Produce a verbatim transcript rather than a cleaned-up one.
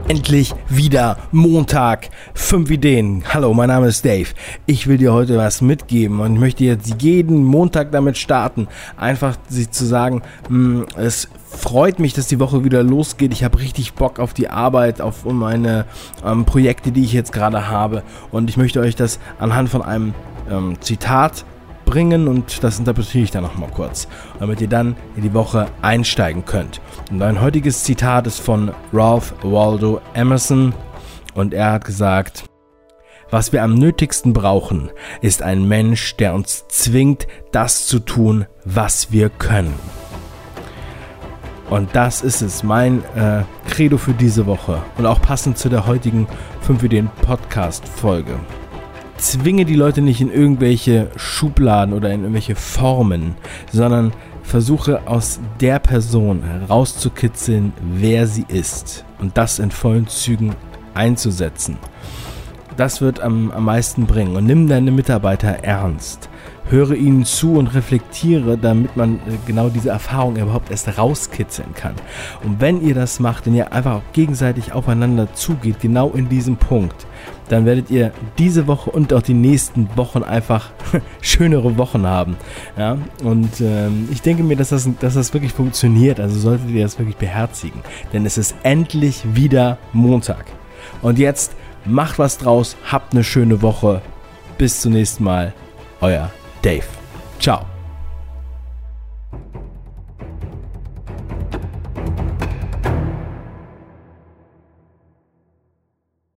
Endlich wieder Montag, fünf Ideen. Hallo, mein Name ist Dave. Ich will dir heute was mitgeben und ich möchte jetzt jeden Montag damit starten, einfach sich zu sagen, mh, es freut mich, dass die Woche wieder losgeht. Ich habe richtig Bock auf die Arbeit, auf meine ähm, Projekte, die ich jetzt gerade habe, und ich möchte euch das anhand von einem ähm, Zitat bringen und das interpretiere ich dann nochmal kurz, damit ihr dann in die Woche einsteigen könnt. Und ein heutiges Zitat ist von Ralph Waldo Emerson und er hat gesagt: Was wir am nötigsten brauchen, ist ein Mensch, der uns zwingt, das zu tun, was wir können. Und das ist es, mein äh, Credo für diese Woche und auch passend zu der heutigen fünf Ideen Podcast Folge. Zwinge die Leute nicht in irgendwelche Schubladen oder in irgendwelche Formen, sondern versuche aus der Person herauszukitzeln, wer sie ist, und das in vollen Zügen einzusetzen. Das wird am, am meisten bringen. Und nimm deine Mitarbeiter ernst. Höre ihnen zu und reflektiere, damit man genau diese Erfahrung überhaupt erst rauskitzeln kann. Und wenn ihr das macht, wenn ihr einfach gegenseitig aufeinander zugeht, genau in diesem Punkt, dann werdet ihr diese Woche und auch die nächsten Wochen einfach schönere Wochen haben. Ja? Und ähm, ich denke mir, dass das, dass das wirklich funktioniert. Also solltet ihr das wirklich beherzigen. Denn es ist endlich wieder Montag. Und jetzt macht was draus, habt eine schöne Woche. Bis zum nächsten Mal. Euer Dave. Ciao.